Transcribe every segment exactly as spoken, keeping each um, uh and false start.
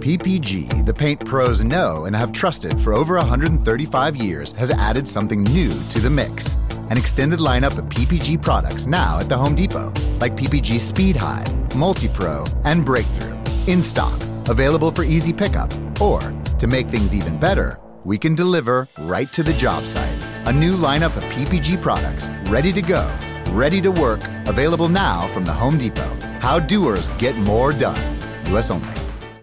P P G, the paint pros know and have trusted for over one hundred thirty-five years, has added something new to the mix. An extended lineup of P P G products now at the Home Depot, like P P G Speed High, Multi-Pro, and Breakthrough. In stock, available for easy pickup, or, to make things even better, we can deliver right to the job site. A new lineup of P P G products, ready to go, ready to work, available now from the Home Depot. How doers get more done. U S only.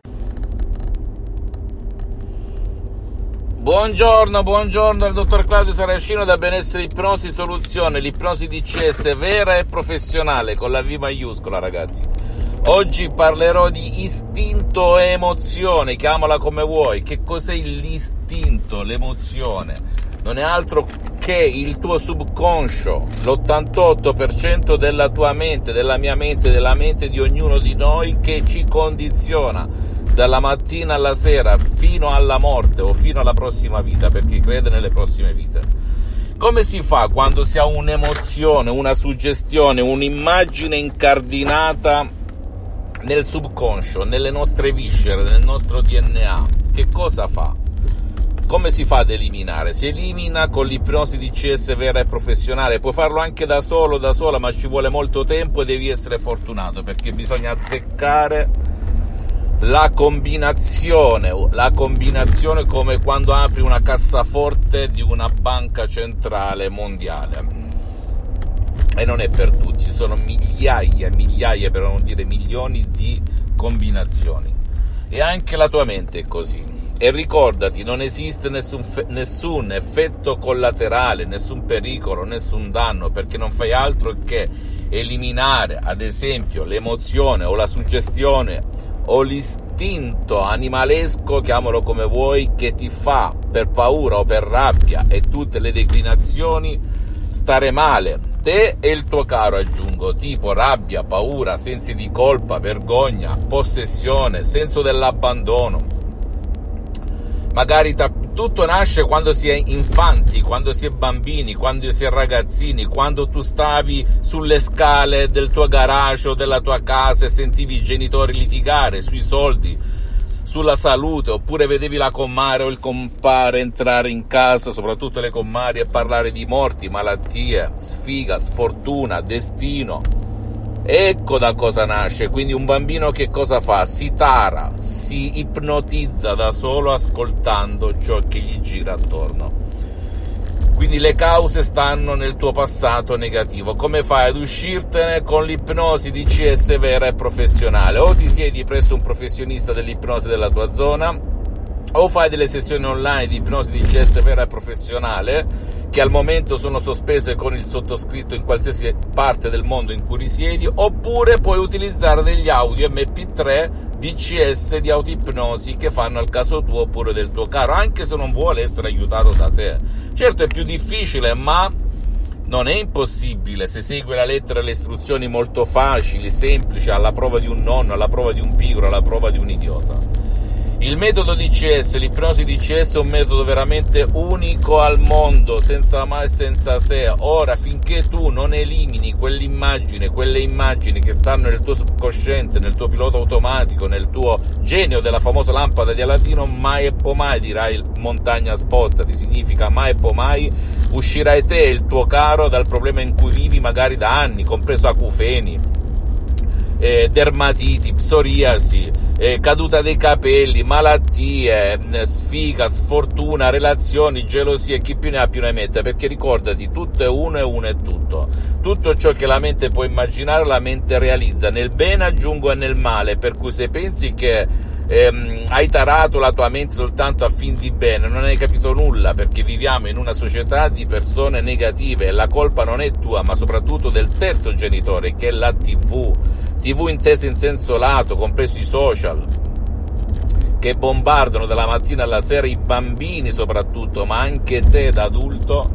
Buongiorno, buongiorno al dottor Claudio Saracino da Benessere Ipnosi Soluzione, l'ipnosi D C S vera e professionale con la V maiuscola, ragazzi. Oggi parlerò di istinto e emozione, chiamala come vuoi. Che cos'è l'istinto, l'emozione? Non è altro che il tuo subconscio, l'ottantotto per cento della tua mente, della mia mente, della mente di ognuno di noi, che ci condiziona dalla mattina alla sera fino alla morte o fino alla prossima vita, per chi crede nelle prossime vite. Come si fa quando si ha un'emozione, una suggestione, un'immagine incardinata nel subconscio, nelle nostre viscere, nel nostro D N A? Che cosa fa? Come si fa ad eliminare? Si elimina con l'ipnosi D C S vera e professionale. Puoi farlo anche da solo, da sola, ma ci vuole molto tempo e devi essere fortunato, perché bisogna azzeccare la combinazione, la combinazione come quando apri una cassaforte di una banca centrale mondiale. E non è per tutti, ci sono migliaia, migliaia, per non dire milioni di combinazioni. E anche la tua mente è così. E ricordati, non esiste nessun, fe- nessun effetto collaterale, nessun pericolo, nessun danno, perché non fai altro che eliminare, ad esempio, l'emozione o la suggestione o l'istinto animalesco, chiamalo come vuoi, che ti fa per paura o per rabbia e tutte le declinazioni stare male. Te e il tuo caro, aggiungo, tipo rabbia, paura, sensi di colpa, vergogna, possessione, senso dell'abbandono. Magari ta- tutto nasce quando si è infanti, quando si è bambini, quando si è ragazzini, quando tu stavi sulle scale del tuo garage o della tua casa e sentivi i genitori litigare sui soldi, sulla salute, oppure vedevi la comare o il compare entrare in casa, soprattutto le comari, e parlare di morti, malattie, sfiga, sfortuna, destino. Ecco da cosa nasce. Quindi un bambino che cosa fa? Si tara, si ipnotizza da solo ascoltando ciò che gli gira attorno. Quindi le cause stanno nel tuo passato negativo. Come fai ad uscirtene? Con l'ipnosi D C S vera e professionale. O ti siedi presso un professionista dell'ipnosi della tua zona, o fai delle sessioni online di ipnosi D C S vera e professionale, che al momento sono sospese con il sottoscritto in qualsiasi parte del mondo in cui risiedi, oppure puoi utilizzare degli audio M P tre D C S di autoipnosi che fanno al caso tuo oppure del tuo caro, anche se non vuole essere aiutato da te. Certo è più difficile, ma non è impossibile se segui la lettera e le istruzioni molto facili, semplici, alla prova di un nonno, alla prova di un pigro, alla prova di un idiota. Il metodo D C S, l'ipnosi D C S, è un metodo veramente unico al mondo, senza mai e senza se. Ora, finché tu non elimini quell'immagine, quelle immagini che stanno nel tuo subconsciente, nel tuo pilota automatico, nel tuo genio della famosa lampada di Aladino, mai e poi mai, dirai montagna spostati, significa mai e poi mai uscirai te e il tuo caro dal problema in cui vivi magari da anni, compreso acufeni, eh, dermatiti, psoriasi, Eh, caduta dei capelli, malattie, eh, sfiga, sfortuna, relazioni, gelosie, chi più ne ha più ne mette, perché ricordati, tutto è uno e uno è tutto. Tutto ciò che la mente può immaginare, la mente realizza, nel bene aggiungo e nel male, per cui se pensi che ehm, hai tarato la tua mente soltanto a fin di bene, non hai capito nulla, perché viviamo in una società di persone negative e la colpa non è tua, ma soprattutto del terzo genitore, che è la tivù. tivù intesa in senso lato, compreso i social, che bombardano dalla mattina alla sera i bambini soprattutto, ma anche te da adulto,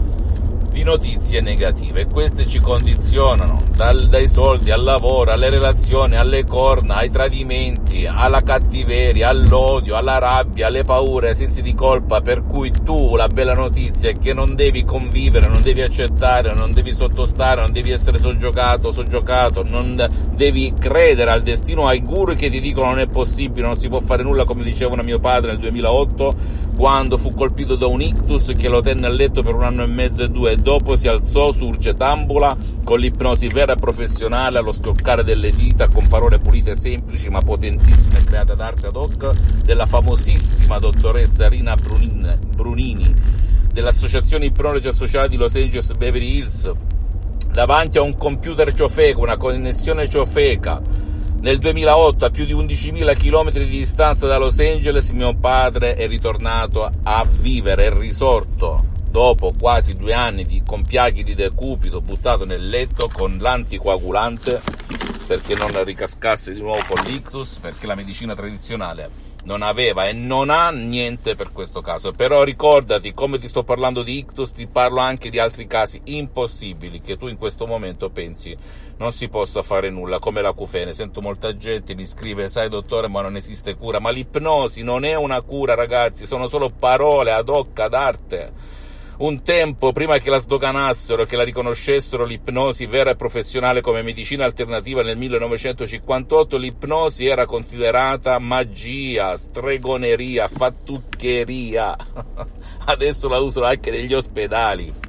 di notizie negative. E queste ci condizionano, dal, dai soldi al lavoro, alle relazioni, alle corna, ai tradimenti, davanti alla cattiveria, all'odio, alla rabbia, alle paure, ai sensi di colpa, per cui tu la bella notizia è che non devi convivere, non devi accettare, non devi sottostare, non devi essere soggiogato, soggiogato, non devi credere al destino, ai guru che ti dicono non è possibile, non si può fare nulla, come dicevano mio padre nel duemilaotto, quando fu colpito da un ictus che lo tenne a letto per un anno e mezzo e due, e dopo si alzò su urgetambula con l'ipnosi vera e professionale, allo schioccare delle dita, con parole pulite e semplici ma potentissime, create ad arte ad hoc, della famosissima dottoressa Rina Brunin, Brunini, dell'associazione Ipnologi Associati Los Angeles Beverly Hills, davanti a un computer ciofeca, una connessione ciofeca. Nel duemilaotto, a più di undicimila chilometri di distanza da Los Angeles, mio padre è ritornato a vivere, è risorto dopo quasi due anni di compiaghi di decupito, buttato nel letto con l'anticoagulante perché non ricascasse di nuovo con l'ictus, perché la medicina tradizionale non aveva e non ha niente per questo caso. Però ricordati, come ti sto parlando di ictus, ti parlo anche di altri casi impossibili che tu in questo momento pensi non si possa fare nulla, come l'acufene. Sento molta gente mi scrive: sai dottore, ma non esiste cura. Ma l'ipnosi non è una cura, ragazzi, sono solo parole ad hoc, ad arte. Un tempo, prima che la sdoganassero, che la riconoscessero l'ipnosi vera e professionale come medicina alternativa nel millenovecentocinquantotto, l'ipnosi era considerata magia, stregoneria, fattuccheria. Adesso la usano anche negli ospedali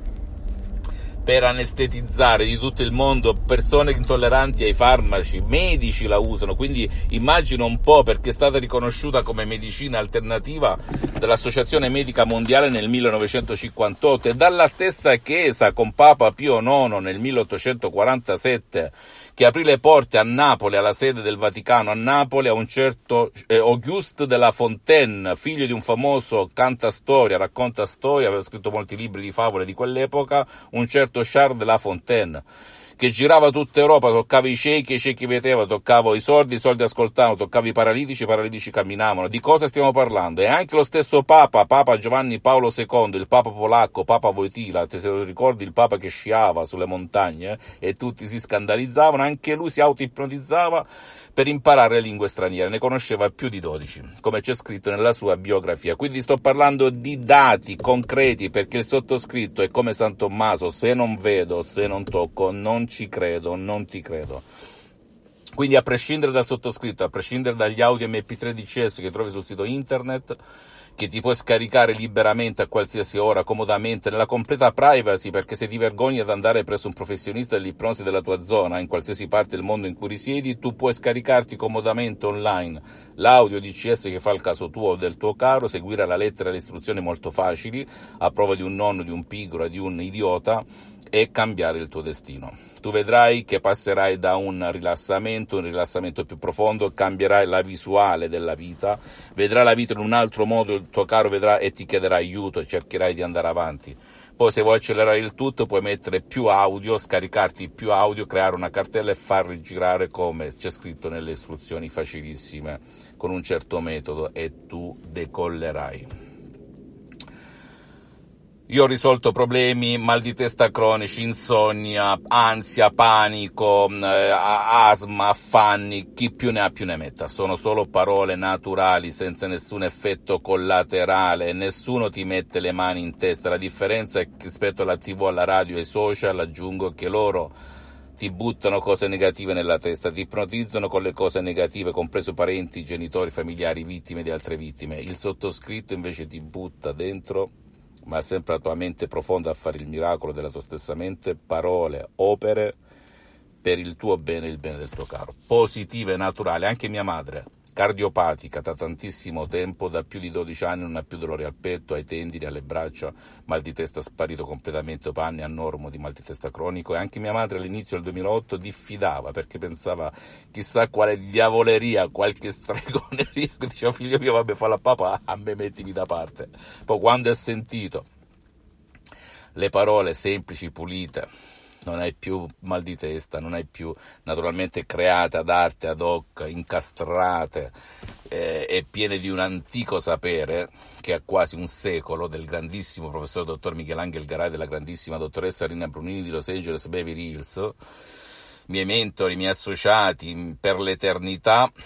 per anestetizzare di tutto il mondo persone intolleranti ai farmaci, medici la usano, quindi immagino un po', perché è stata riconosciuta come medicina alternativa dall'Associazione Medica Mondiale nel millenovecentocinquantotto e dalla stessa Chiesa con Papa Pio nono nel milleottocentoquarantasette, che aprì le porte a Napoli, alla sede del Vaticano a Napoli, a un certo eh, Auguste de la Fontaine, figlio di un famoso cantastoria, racconta storia, aveva scritto molti libri di favole di quell'epoca, un certo Charles de la Fontaine, che girava tutta Europa, toccava i ciechi, i ciechi vedevano, toccava i sordi, i sordi ascoltavano, toccava i paralitici, i paralitici camminavano. Di cosa stiamo parlando? E anche lo stesso Papa, Papa Giovanni Paolo secondo, il Papa polacco, Papa Wojtyla, te se lo ricordi, il Papa che sciava sulle montagne e tutti si scandalizzavano, anche lui si auto-ipnotizzava per imparare le lingue straniere, ne conosceva più di dodici, come c'è scritto nella sua biografia. Quindi sto parlando di dati concreti, perché il sottoscritto è come San Tommaso: se non vedo, se non tocco, non ci credo, non ti credo. Quindi, a prescindere dal sottoscritto, a prescindere dagli audio emme pi tre di C S che trovi sul sito internet, che ti puoi scaricare liberamente a qualsiasi ora, comodamente, nella completa privacy, perché se ti vergogni ad andare presso un professionista dell'ipnosi della tua zona, in qualsiasi parte del mondo in cui risiedi, tu puoi scaricarti comodamente online l'audio di C S che fa il caso tuo o del tuo caro, seguire alla lettera le istruzioni molto facili, a prova di un nonno, di un pigro e di un idiota, e cambiare il tuo destino. Tu vedrai che passerai da un rilassamento, un rilassamento più profondo, cambierai la visuale della vita, vedrai la vita in un altro modo, il tuo caro vedrà e ti chiederà aiuto e cercherai di andare avanti. Poi, se vuoi accelerare il tutto, puoi mettere più audio, scaricarti più audio, creare una cartella e farli girare come c'è scritto nelle istruzioni, facilissime, con un certo metodo, e tu decollerai. Io ho risolto problemi, mal di testa cronici, insonnia, ansia, panico, eh, asma, affanni, chi più ne ha più ne metta. Sono solo parole naturali, senza nessun effetto collaterale, nessuno ti mette le mani in testa. La differenza è che rispetto alla tivù, alla radio e ai social, aggiungo che loro ti buttano cose negative nella testa, ti ipnotizzano con le cose negative, compreso parenti, genitori, familiari, vittime di altre vittime. Il sottoscritto invece ti butta dentro, ma sempre la tua mente profonda a fare il miracolo della tua stessa mente, parole, opere per il tuo bene e il bene del tuo caro, positive, naturali. Anche mia madre, cardiopatica da tantissimo tempo, da più di dodici anni, non ha più dolori al petto, ai tendini, alle braccia, mal di testa sparito completamente, panni a normo di mal di testa cronico. E anche mia madre all'inizio del duemilaotto diffidava, perché pensava chissà quale diavoleria, qualche stregoneria, che diceva: figlio mio, vabbè, falla a papà, a me mettimi da parte. Poi, quando è sentito le parole semplici, pulite, non hai più mal di testa, non hai più, naturalmente create ad arte, ad hoc, incastrate eh, e piene di un antico sapere che ha quasi un secolo, del grandissimo professor dottor Michelangelo Garay, della grandissima dottoressa Rina Brunini di Los Angeles Beverly Hills, miei mentori, miei associati per l'eternità,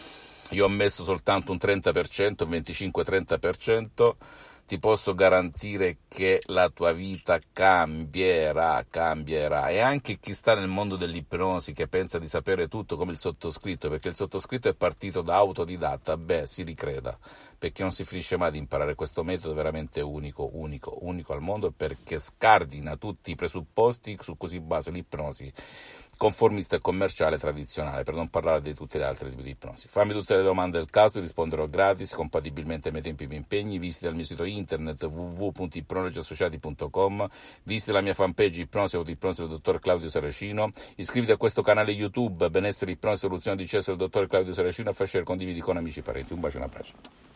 io ho messo soltanto un trenta per cento, venticinque trenta per cento, ti posso garantire che la tua vita cambierà, cambierà. E anche chi sta nel mondo dell'ipnosi, che pensa di sapere tutto come il sottoscritto, perché il sottoscritto è partito da autodidatta, beh, si ricreda, perché non si finisce mai di imparare. Questo metodo è veramente unico, unico, unico al mondo, perché scardina tutti i presupposti su cui si basa l'ipnosi conformista e commerciale tradizionale, per non parlare di tutte le altre tipi di ipnosi. Fammi tutte le domande del caso, ti risponderò gratis, compatibilmente ai miei tempi e ai miei impegni. Visita il mio sito internet w w w punto ipnologi associati punto com, visita la mia fanpage Ipnosi Autoipnosi del dottor Claudio Saracino, iscriviti a questo canale YouTube Benessere Ipnosi Soluzione di Cesso del dottor Claudio Saracino e fai share, condividi con amici e parenti. Un bacio e un abbraccio.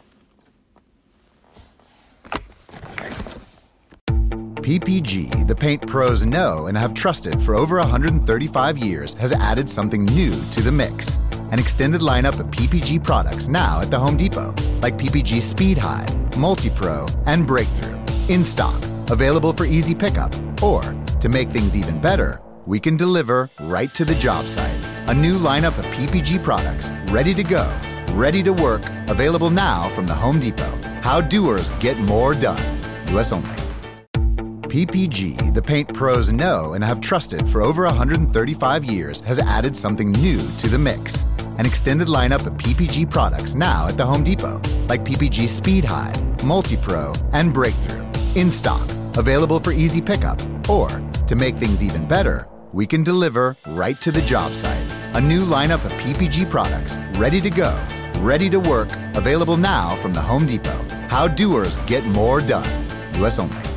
P P G, the paint pros know and have trusted for over one hundred thirty-five years, has added something new to the mix. An extended lineup of P P G products now at the Home Depot, like P P G Speed High, Multi-Pro, and Breakthrough. In stock, available for easy pickup, or, to make things even better, we can deliver right to the job site. A new lineup of P P G products, ready to go, ready to work, available now from the Home Depot. How doers get more done. U S only. P P G, the paint pros know and have trusted for over one hundred thirty-five years, has added something new to the mix. An extended lineup of P P G products now at the Home Depot, like P P G Speed High, Multi-Pro, and Breakthrough. In stock, available for easy pickup, or, to make things even better, we can deliver right to the job site. A new lineup of P P G products, ready to go, ready to work, available now from the Home Depot. How doers get more done. U S only.